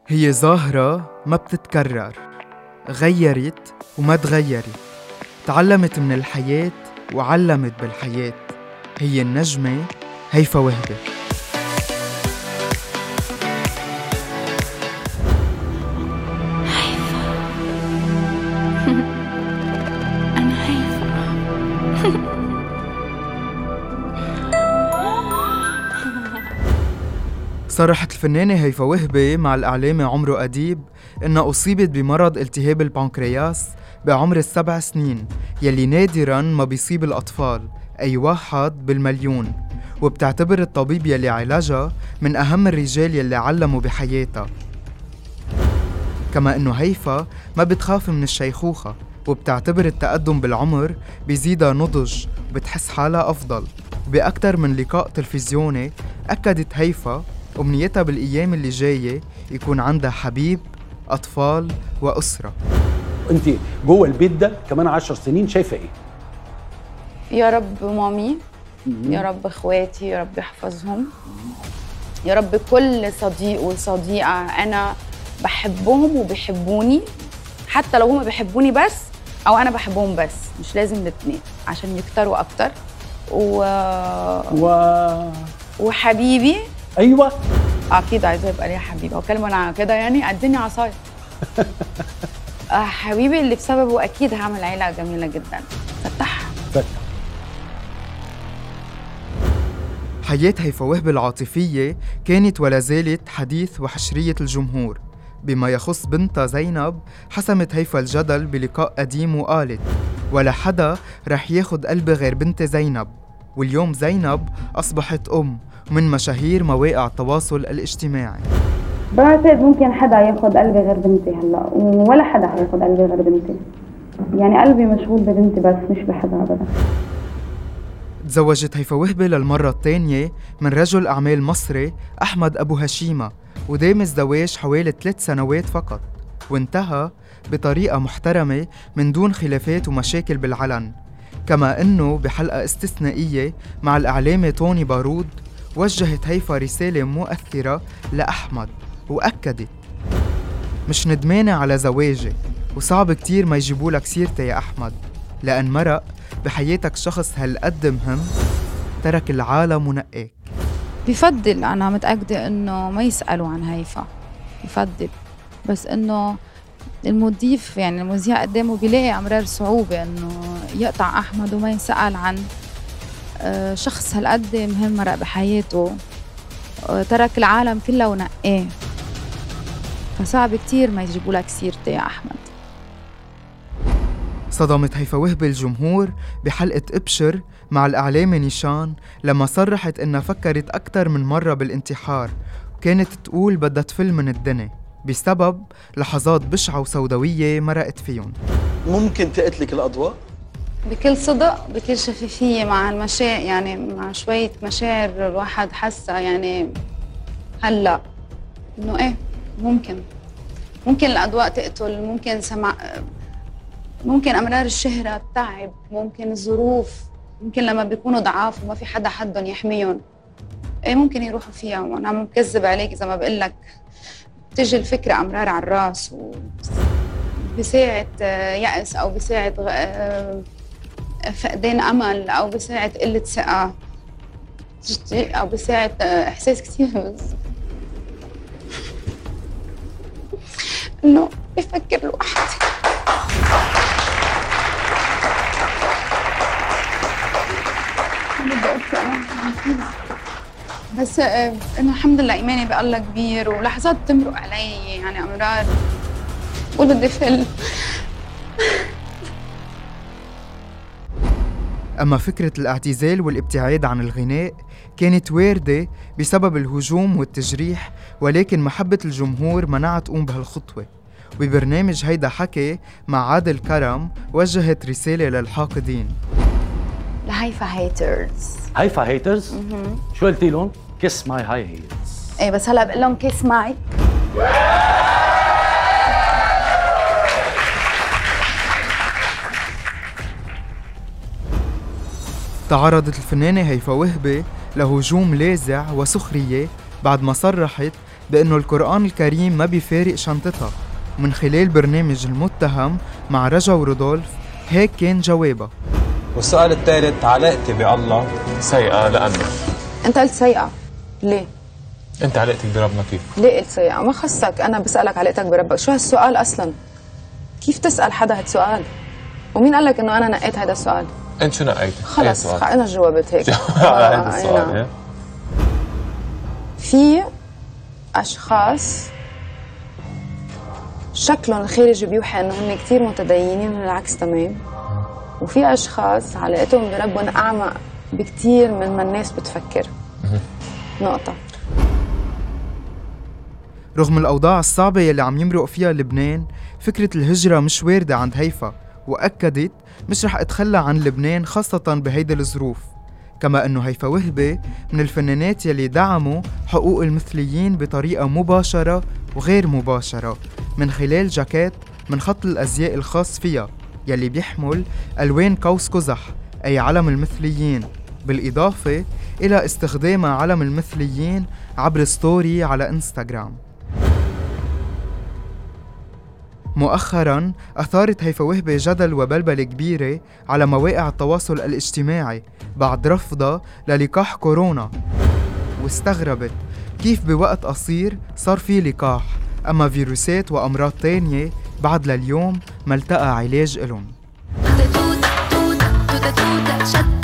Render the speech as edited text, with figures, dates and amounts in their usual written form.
هي ظاهرة ما بتتكرر، غيرت وما تغيرت، تعلمت من الحياة وعلمت بالحياة. هي النجمة هيفا وهبي. أنا هيفا. صرحت الفنانة هيفا وهبي مع الإعلامي عمرو أديب إنها أصيبت بمرض التهاب البنكرياس بعمر 7 سنين يلي نادراً ما بيصيب الأطفال، أي واحد بالمليون، وبتعتبر الطبيب يلي عالجها من أهم الرجال يلي علموا بحياتها. كما إنه هيفا ما بتخاف من الشيخوخة، وبتعتبر التقدم بالعمر بيزيدها نضج وبتحس حالها أفضل. بأكتر من لقاء تلفزيوني أكدت هيفا أمنيتها بالأيام اللي جاية يكون عندها حبيب، أطفال وأسرة. أنت جوه البيت ده كمان 10 سنين شايفة إيه؟ يا رب مامي، يا رب اخواتي، يا رب يحفظهم، يا رب كل صديق وصديقة أنا بحبهم وبيحبوني، حتى لو هما بيحبوني بس أو أنا بحبهم بس، مش لازم الاتنين عشان يكتروا أكتر. وحبيبي أيوة أكيد عايزة يبقى ليا حبيبي، وأكلم أنا كده يعني أديني عصاية. حبيبي اللي بسببه أكيد هعمل عيلة جميلة جدا. فتح حياة هيفا وهبي العاطفية كانت ولا زالت حديث وحشرية الجمهور. بما يخص بنتها زينب، حسمت هيفا الجدل بلقاء قديم وقالت: ولا حدا رح ياخد قلبي غير بنتي زينب. واليوم زينب أصبحت أم من مشاهير مواقع التواصل الاجتماعي. بعتقد ممكن حدا ياخد قلبي غير بنتي هلا، ولا حدا حياخد قلبي غير بنتي. يعني قلبي مشغول ببنتي بس مش بحدا أبدا. تزوجت هيفا وهبي للمرة الثانية من رجل أعمال مصري أحمد أبو هشيمة، ودام الزواج حوالي 3 سنوات فقط، وانتهى بطريقة محترمة من دون خلافات ومشاكل بالعلن. كما أنه بحلقة استثنائية مع الإعلامي توني بارود وجهت هيفا رسالة مؤثرة لأحمد، وأكدت: مش ندمانة على زواجي، وصعب كتير ما يجيبولك سيرتي يا أحمد، لأن مرق بحياتك شخص هالقد مهم ترك العالم ونقاك. بفضل، أنا متأكدة إنه ما يسألوا عن هيفا، بفضل بس إنه المضيف يعني المذيع قدامه بيلاقي أمرار صعوبة إنه يقطع أحمد وما يسأل عن شخص هالقد مهم مرق بحياته، ترك العالم كله ونقاه، فصعب كتير ما يجيبوا لك سيرتي يا أحمد. صدمت هيفا وهبي الجمهور بحلقة ابشر مع الإعلامي نيشان لما صرحت إنها فكرت أكتر من مرة بالانتحار، وكانت تقول بدها تفل من الدنيا بسبب لحظات بشعة وسوداوية مرقت فيهم. ممكن تقتلك الأضواء؟ بكل صدق، بكل شفافية، مع يعني مع شوية مشاعر الواحد حسها يعني هلأ إنه إيه ممكن الأضواء تقتل، ممكن أمرار الشهرة التعب، ممكن الظروف، ممكن لما بيكونوا ضعاف وما في حدا حدهم يحميهم إيه ممكن يروحوا فيها. وأنا مكذب عليك إذا ما بقلك تجي الفكرة أمرار على الراس وبساعة يأس أو بساعة فقدان أمل أو بساعة قلة ثقة أو بساعة إحساس كتير إنه بفكر لوحدي. بس إنه الحمد لله إيماني بالله كبير، ولحظات تمرق علي يعني أمرار قول بدي فل. أما فكرة الاعتزال والابتعاد عن الغناء كانت واردة بسبب الهجوم والتجريح، ولكن محبة الجمهور منعها تقوم بهالخطوة. وببرنامج هيدا حكي مع عادل كرم وجهت رسالة للحاقدين. لهيفا هيترز. هيفا هيترز؟ شو قلتي لهم؟ كيس ماي هاي هيلز. ايه بس هلا بقول لهم كيس ماي. تعرضت الفنانة هيفا وهبي لهجوم لاذع وسخرية بعد ما صرحت بأنه القرآن الكريم ما بيفارق شنطتها، ومن خلال برنامج المتهم مع رجا ورودولف هيك كان جوابها. والسؤال الثالث، علاقتي بالله سيئة لأنه. أنت قلت سيئة، ليه؟ أنت علاقتك بربنا كيف؟ ليه قلت سيئة؟ ما خصك، أنا بسألك علاقتك بربك، شو هالسؤال أصلاً؟ كيف تسأل حدا هالسؤال؟ ومين قال لك إنه أنا نقيت هذا السؤال؟ أنت شو نقيتي؟ خلص أنا جاوبت هيك. على هذا السؤال. في أشخاص شكلهم الخارجي بيوحي إنه هن كتير متدينين، العكس تمام. وفي أشخاص علاقتهم بربهم أعمق بكتير من ما الناس بتفكر. نقطة. رغم الأوضاع الصعبة يلي عم يمرق فيها لبنان، فكرة الهجرة مش واردة عند هيفا، وأكدت مش رح أتخلى عن لبنان خاصة بهيدي الظروف. كما أنه هيفا وهبة من الفنانات يلي دعموا حقوق المثليين بطريقة مباشرة وغير مباشرة من خلال جاكيت من خط الأزياء الخاص فيها يلي بيحمل ألوان قوس قزح أي علم المثليين، بالإضافة إلى استخدام علم المثليين عبر ستوري على إنستغرام. مؤخراً أثارت هيفا وهبة جدل وبلبلة كبيرة على مواقع التواصل الاجتماعي بعد رفضها للقاح كورونا، واستغربت كيف بوقت قصير صار في لقاح، أما فيروسات وأمراض تانية بعد لليوم ما التقى علاج إلهم.